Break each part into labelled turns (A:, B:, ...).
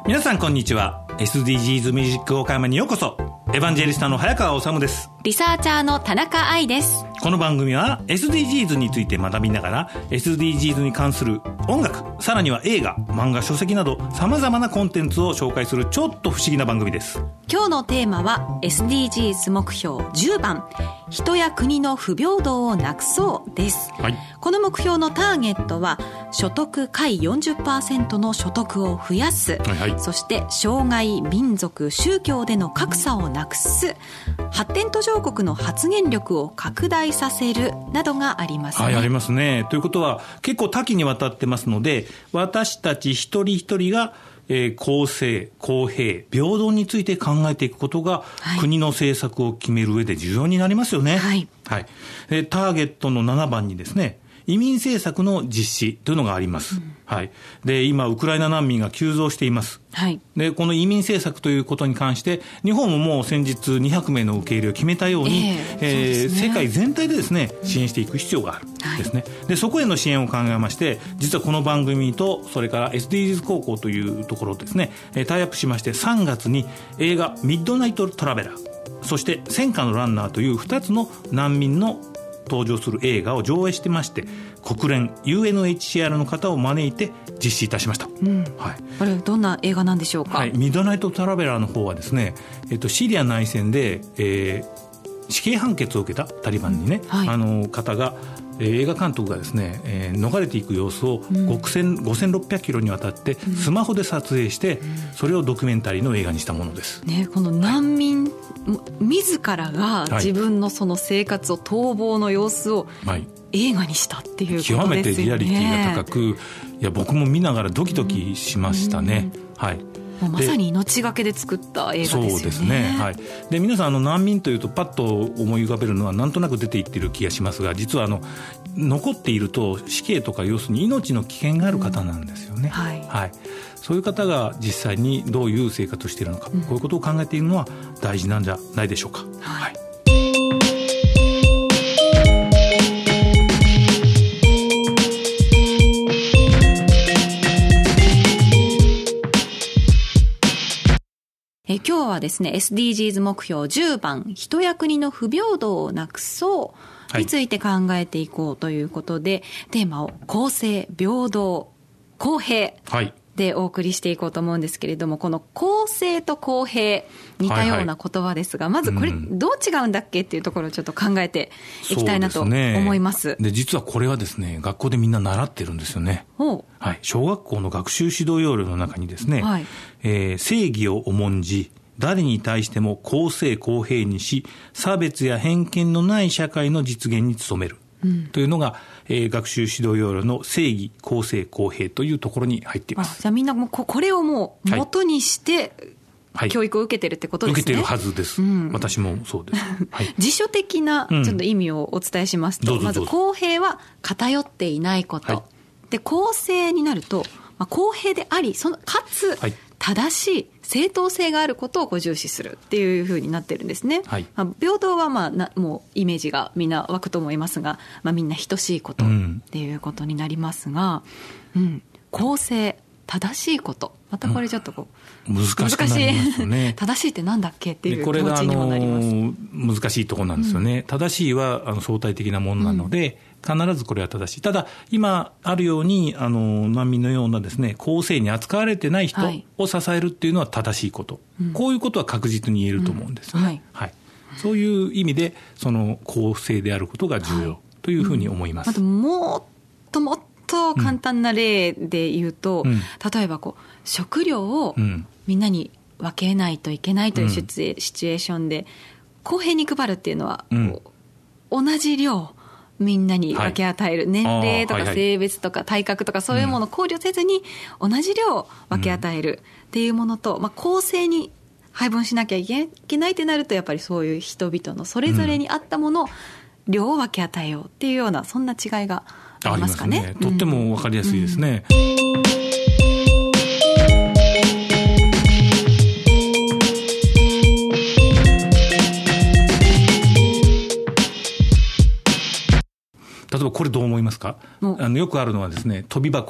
A: 皆さんこんにちは。 SDGs ミュージック岡山にようこそ。エヴァンジェリスタの早川治です。
B: リサーチャーの田中愛です。
A: この番組は SDGs について学びながら SDGs に関する音楽、さらには映画、漫画、書籍など様々なコンテンツを紹介するちょっと不思議な番組です。
B: 今日のテーマは SDGs 目標10番、人や国の不平等をなくそうです、はい、この目標のターゲットは所得下位 40% の所得を増やす、はいはい、そして障害、民族、宗教での格差をなくす、発展途上国の発言力を拡大させるなどがありますね。
A: はい、ありますね。ということは結構多岐にわたってますので、私たち一人一人が公正、公平、平等について考えていくことが、はい、国の政策を決める上で重要になりますよね。はいはい、ターゲットの7番にですね、移民政策の実施というのがあります、はい、で今ウクライナ難民が急増しています、はい、でこの移民政策ということに関して日本ももう先日200名の受け入れを決めたように、世界全体でですね支援していく必要があるですね、はい、でそこへの支援を考えまして、実はこの番組とそれから SDGs 高校というところですね、タイアップしまして3月に映画ミッドナイトトラベラー、そして戦火のランナーという2つの難民の登場する映画を上映してまして、国連 UNHCR の方を招いて実施いたしました、はい、
B: これどんな映画なんでしょうか。
A: はい、ミッドナイトトラベラーの方はですね、シリア内戦で、死刑判決を受けたタリバンにね、はい、方が映画監督がですね、逃れていく様子を5600キロにわたってスマホで撮影して、それをドキュメンタリーの映画にしたものです、
B: ね、この難民、はい、自らが自分のその生活を、逃亡の様子を映画にしたっていうことですよね。
A: 極めてリアリティが高く、いや僕も見ながらドキドキしましたね、はい、
B: もうまさに命がけで作った映画ですよね。
A: そうですね、はい、で皆さん難民というとパッと思い浮かべるのはなんとなく出ていってる気がしますが、実は残っていると死刑とか要するに命の危険がある方なんですよね、はいはい、そういう方が実際にどういう生活をしているのか、こういうことを考えているのは大事なんじゃないでしょうか、はい、
B: 今日はですね SDGs 目標10番、人や国の不平等をなくそうについて考えていこうということで、はい、テーマを公正、平等、公平でお送りしていこうと思うんですけれども、この公正と公平、似たような言葉ですが、はいはい、まずこれどう違うんだっけっていうところをちょっと考えていきたいなと思います。
A: で実はこれはですね、学校でみんな習ってるんですよね。はい、小学校の学習指導要領の中にですね、はい、正義を重んじ誰に対しても公正公平にし、差別や偏見のない社会の実現に努める、というのが、学習指導要領の正義、公正、公平というところに入っています。
B: じゃあみんなもうこれをもう元にして、はい、教育を受けてるってことですね。
A: 受けてるはずです、私もそうです、はい、
B: 辞書的なちょっと意味をお伝えしますと、まず公平は偏っていないこと、はい、で公正になると、公平でありかつ正しい正当性があることを重視するっていうふうになってるんですね、はい、平等はもうイメージがみんな湧くと思いますが、みんな等しいことっていうことになりますが、公正、正しいこと、またこれちょっと
A: 難しくなりますよね。
B: 正しいってなんだっけっていう気持ちにもなります。こ
A: れが難しいところなんですよね、正しいは相対的なものなので、必ずこれは正しい。ただ今あるように難民のようなですね、公正に扱われてない人を支えるっていうのは正しいこと、こういうことは確実に言えると思うんですよね、はいはい、そういう意味でその公正であることが重要というふうに思います、
B: もっと簡単な例で言うと、例えば食料をみんなに分けないといけないというシチュエーションで公平に配るっていうのは、同じ量みんなに分け与える、年齢とか性別とか体格とかそういうものを考慮せずに同じ量分け与えるっていうものと、公正に配分しなきゃいけないってなると、やっぱりそういう人々のそれぞれに合ったものを量を分け与えようっていうような、そんな違いがありますかね。
A: とっても分かりやすいですね、例えばこれどう思いますか。よくあるのはですね、飛び箱、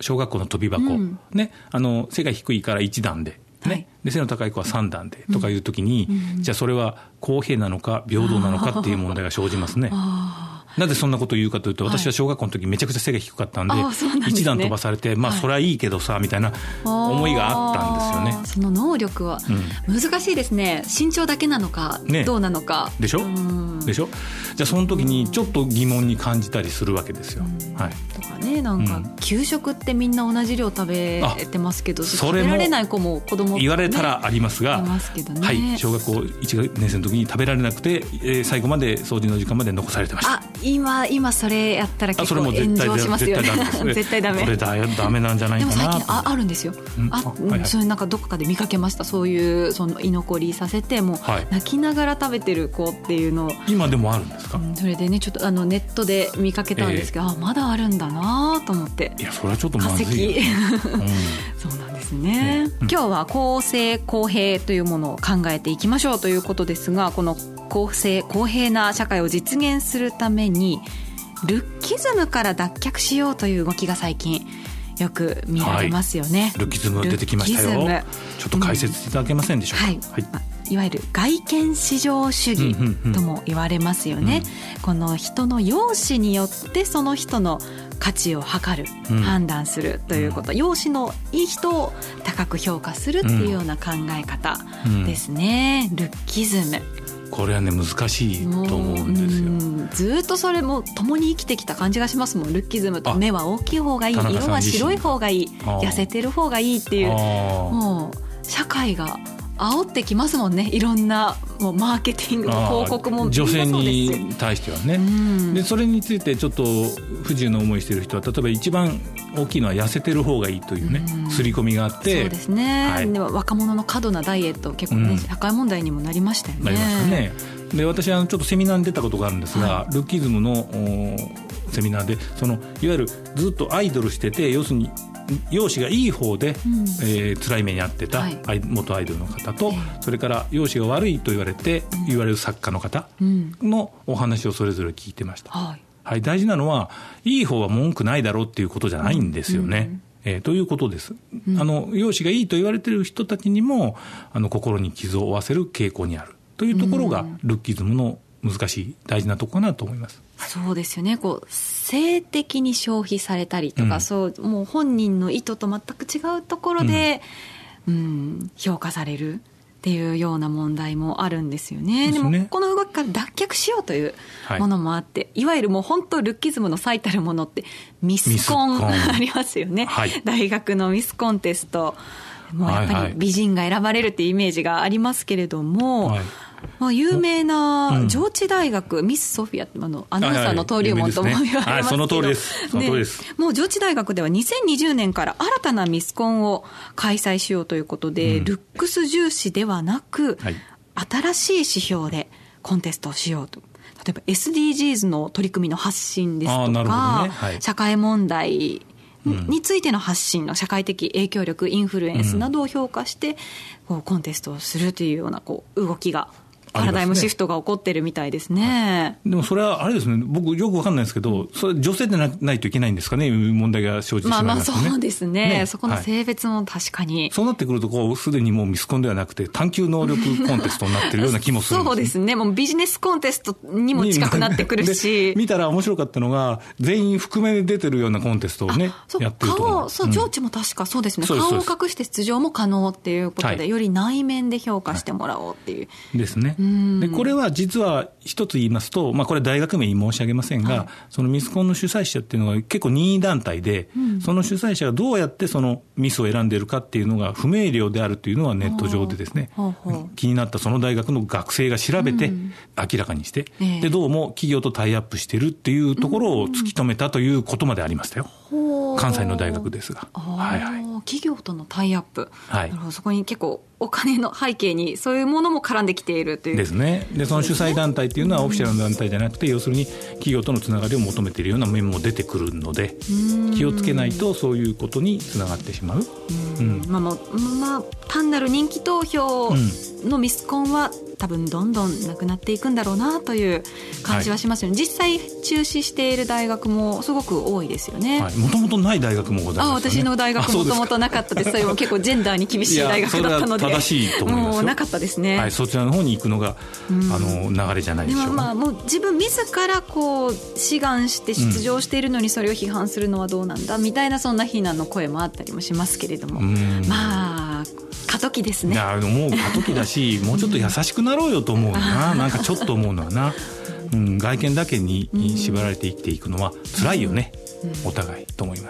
A: 小学校の跳び箱、ね、背が低いから1段で、ね、はい、で背の高い子は3段でとかいうときに、じゃあそれは公平なのか平等なのかっていう問題が生じますね。なぜそんなことを言うかというと、私は小学校の時めちゃくちゃ背が低かったんで、1段飛ばされて、まあそれはいいけどさみたいな思いがあったんですよね。
B: その能力は難しいですね。身長だけなのか、ね、どうなのか
A: でしょ。でしょ。じゃあその時にちょっと疑問に感じたりするわけですよ。はい、
B: とかね、なんか給食ってみんな同じ量食べてますけど、食べられない子も子供、ね、
A: 言われたらありますが、
B: ますけどね、
A: はい、小学校1年生の時に食べられなくて、最後まで掃除の時間まで残されてました。
B: 今それやったら結構炎上しますよね。絶対ダメ。
A: これダメなんじゃないかな。
B: でも最近あるんですよ。それなんかどこかで見かけました。そういうその居残りさせてもう泣きながら食べてる子っていうのを、
A: 今でもあるんですか。
B: それでね、ちょっとネットで見かけたんですけど、まだあるんだなと思って。
A: いや、それはちょっとまずいよ。
B: そうなんですね。今日は公正公平というものを考えていきましょうということですが、この公正公平な社会を実現するためにルッキズムから脱却しようという動きが最近よく見られますよね。
A: ルッキズム出てきましたよ。ちょっと解説いただけませんでしょうか。はい、
B: いわゆる外見至上主義とも言われますよね。この人の容姿によってその人の価値を測る、判断するということ、容姿のいい人を高く評価するっていうような考え方ですね。ルッキズム、
A: これはね難しいと思うんですよ。
B: ずっとそれも共に生きてきた感じがしますもん。ルッキズムと目は大きい方がいい、色は白い方がいい、痩せてる方がいいっていう、もう社会が煽ってきますもんね。いろんなもうマーケティングも広告も
A: 女性に対してはね。でそれについてちょっと不自由な思いしている人は、例えば一番大きいのは痩せてる方がいいというね、刷り込みがあって。
B: そうですね、はい、で若者の過度なダイエット結構ね、社会問題にもなりましたよね。
A: なりましたね。で私はちょっとセミナーに出たことがあるんですが、ルッキズムのセミナーでいわゆるずっとアイドルしてて、要するに容姿がいい方で、辛い目に遭ってた、元アイドルの方と、それから容姿が悪いと言われる作家の方のお話をそれぞれ聞いてました。はい、大事なのはいい方は文句ないだろうっていうことじゃないんですよね。ということです。容姿がいいと言われている人たちにも心に傷を負わせる傾向にあるというところが、ルッキズムの難しい大事なところかなと思います。
B: そうですよね。性的に消費されたりとか、もう本人の意図と全く違うところで、評価されるっていうような問題もあるんですよね。でもこの動きから脱却しようというものもあって、いわゆるもう本当ルッキズムの最たるものってミスコンありますよね。大学のミスコンテスト、もうやっぱり美人が選ばれるっていうイメージがありますけれども、有名な上智大学ミスソフィア、アナウンサーの登竜門とも言われますけど、
A: その通りです。その通りです。
B: もう上智大学では2020年から新たなミスコンを開催しようということで、ルックス重視ではなく、新しい指標でコンテストをしようと。例えば SDGs の取り組みの発信ですとか、社会問題についての発信の社会的影響力、インフルエンスなどを評価してコンテストをするというような動きが、パラダイムシフトが起こってるみたいですね。
A: でもそれはあれですね、僕よく分かんないですけど、それ女性でないといけないんですかね、問題が生じてしまいますね。
B: そうですね。そこの性別も確かに。
A: そうなってくるとすでにもうミスコンではなくて探求能力コンテストになってるような気もするんです、ね。そうですね。
B: もうビジネスコンテストにも近くなってくるし。
A: 見たら面白かったのが、全員覆面で出てるようなコンテストをね、やってるところ。
B: 上智も確かそうですね。顔を隠して出場も可能っていうことで、より内面で評価してもらおうっていう。
A: ですね。でこれは実は一つ言いますと、これ大学名に申し上げませんが、そのミスコンの主催者っていうのが結構任意団体で、その主催者がどうやってそのミスを選んでいるかっていうのが不明瞭であるというのはネット上でですね、気になったその大学の学生が調べて明らかにして、でどうも企業とタイアップしてるっていうところを突き止めたということまでありましたよ。関西の大学ですが、
B: 企業とのタイアップ、そこに結構お金の背景にそういうものも絡んできているという
A: ですね。でその主催団体っていうのはオフィシャルの団体じゃなくて、要するに企業とのつながりを求めているような面も出てくるので、気をつけないとそういうことにつながってしまう。
B: 単なる人気投票のミスコンは多分どんどんなくなっていくんだろうなという感じはしますよね、はい、実際中止している大学もすごく多いですよね。
A: もともとない大学もございますよね。
B: 私の大学もともとなかったです。それも結構ジェンダーに厳しい大学だったので、
A: それは正しいと思いますよ。
B: もうなかったですね、
A: はい、そちらの方に行くのが、流れじゃないでしょうか。
B: でもまあもう自分自らこう志願して出場しているのにそれを批判するのはどうなんだみたいな、そんな非難の声もあったりもしますけれども、まあ過渡期ですね。
A: いやもう過渡期だしもうちょっと優しくなろうよと思うな、なんかちょっと思うのはな、外見だけに縛られて生きていくのは辛いよね、お互いと思います。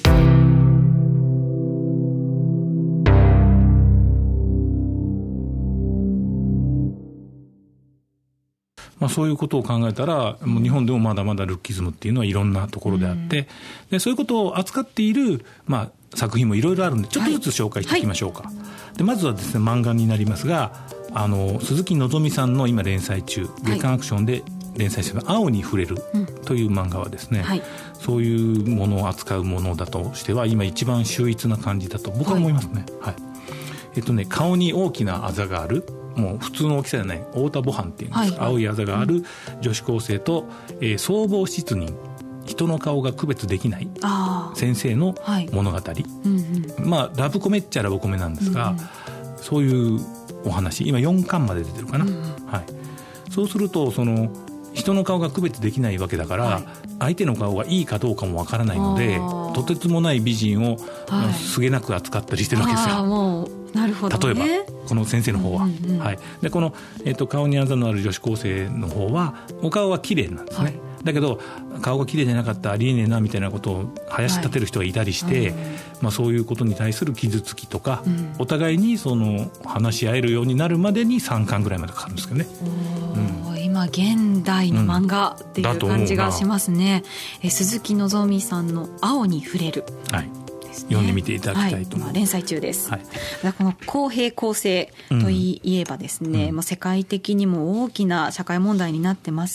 A: そういうことを考えたらもう日本でもまだまだルッキズムっていうのはいろんなところであって、でそういうことを扱っている、作品もいろいろあるんでちょっとずつ紹介していきましょうか、でまずはですね漫画になりますが鈴木希さんの今連載中月刊アクションで連載している青に触れるという漫画はですね、そういうものを扱うものだとしては今一番秀逸な感じだと僕は思いますね、顔に大きなあざがある、もう普通の大きさじゃない太田母斑っていうんです、青いあざがある女子高生と、相貌失認、人の顔が区別できない先生の物語、ラブコメっちゃラブコメなんですが、そういうお話今4巻まで出てるかな、そうするとその人の顔が区別できないわけだから、相手の顔がいいかどうかもわからないのでとてつもない美人をすげなく扱ったりしてるわけですよ。
B: もうなるほどね、
A: 例えばこの先生の方は、でこの、顔にあざのある女子高生の方はお顔は綺麗なんですね、だけど顔が綺麗じゃなかったらありえねえなみたいなことを囃し立てる人がいたりして、そういうことに対する傷つきとか、お互いにその話し合えるようになるまでに3巻ぐらいまでかかるんですけどね。
B: 今現代の漫画っていう感じがしますね、鈴木希さんの青に触れる、読んでみていただきたいと思います、連載中です、この公平公正といえばですね、もう世界的にも大きな社会問題になってます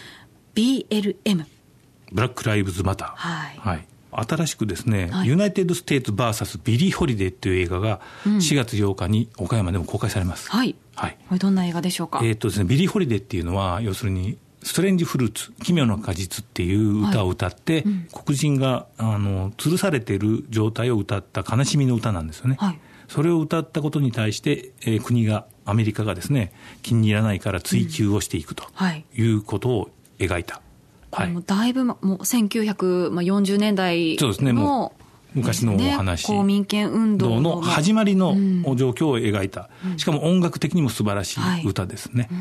B: BLM
A: ブラックライブズマター、新しくですね、ユナイテッドステーツ VS ビリー・ホリデーという映画が4月8日に岡山でも公開されます、これどんな映画でしょうか。 ですね、ビリー・ホリデーっていうのは要するにストレンジフルーツ奇妙な果実っていう歌を歌って、黒人が吊るされている状態を歌った悲しみの歌なんですよね、それを歌ったことに対して、国がアメリカがですね気に入らないから追及をしていくということを描いた、
B: だいぶもう1940年代の、
A: そうですね、もう昔のお話、
B: 公民権運動
A: の始まりの状況を描いた、しかも音楽的にも素晴らしい歌ですね、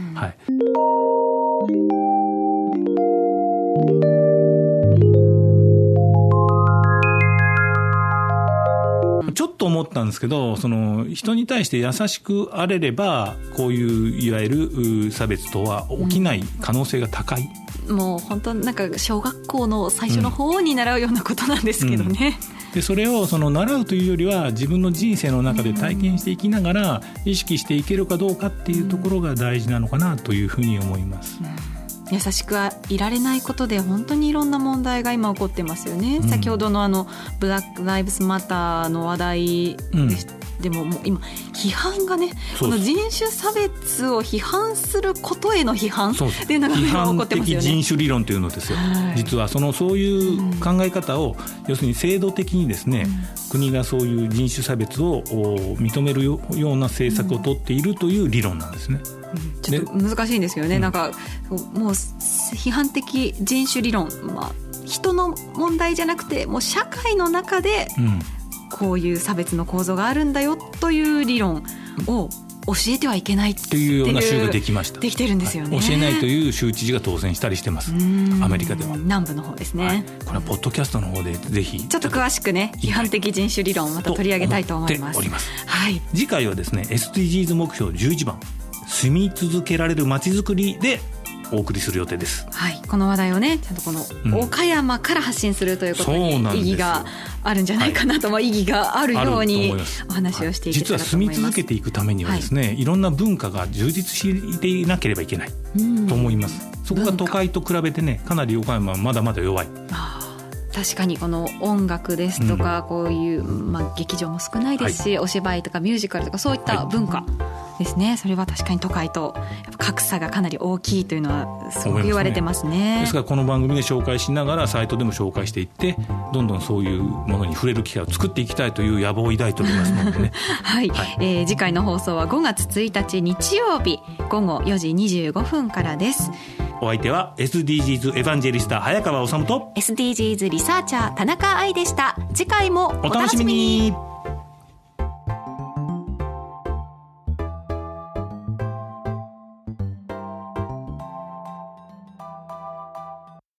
A: ちょっと思ったんですけど、その人に対して優しくあれればこういういわゆる差別とは起きない可能性が高い、
B: もう本当なんか小学校の最初の方に習うようなことなんですけどね、
A: でそれを習うというよりは自分の人生の中で体験していきながら意識していけるかどうかっていうところが大事なのかなというふうに思います、
B: 優しくいられないことで本当にいろんな問題が今起こってますよね、先ほどのブラックライブズマターの話題でももう今批判がね、この人種差別を批判することへの批判っていうのが今起こってますよね。批判的人種理論というのですよ、実はそういう考え方を、要するに制度的にですね、国がそういう人種差別を認めるような政策を取っているという理論なんですね、 ちょっと難しいんですよね、なんかもう批判的人種理論、人の問題じゃなくてもう社会の中でこういう差別の構造があるんだよという理論を教えてはいけないっていうような州ができました。できてるんですよね、
A: 教えないという州知事が当選したりしてます、アメリカでは
B: 南部の方ですね、
A: これはポッドキャストの方でぜひ
B: ちょっと詳しくね、批判的人種理論をまた取り上げたいと思います。
A: 次回はですね SDGs 目標11番住み続けられるまちづくりでお送りする予定です、
B: この話題をねちゃんとこの岡山から発信するということに意義があるんじゃないかなと、意義があるようにお話をしていけたらと思います。
A: 実は住み続けていくためにはですね、いろんな文化が充実していなければいけないと思います。そこが都会と比べてねかなり岡山はまだまだ弱い。
B: 確かにこの音楽ですとか、こういう、劇場も少ないですし、お芝居とかミュージカルとかそういった文化ですね。それは確かに都会とやっぱ格差がかなり大きいというのはすごく言われてますね。
A: ですからこの番組で紹介しながらサイトでも紹介していって、どんどんそういうものに触れる機会を作っていきたいという野望を抱いておりますのでね
B: はい、次回の放送は5月1日日曜日午後4時25分からです。
A: お相手は SDGs エヴァンジェリスタ早川治と
B: SDGs リサーチャー田中愛でした。次回もお楽しみに。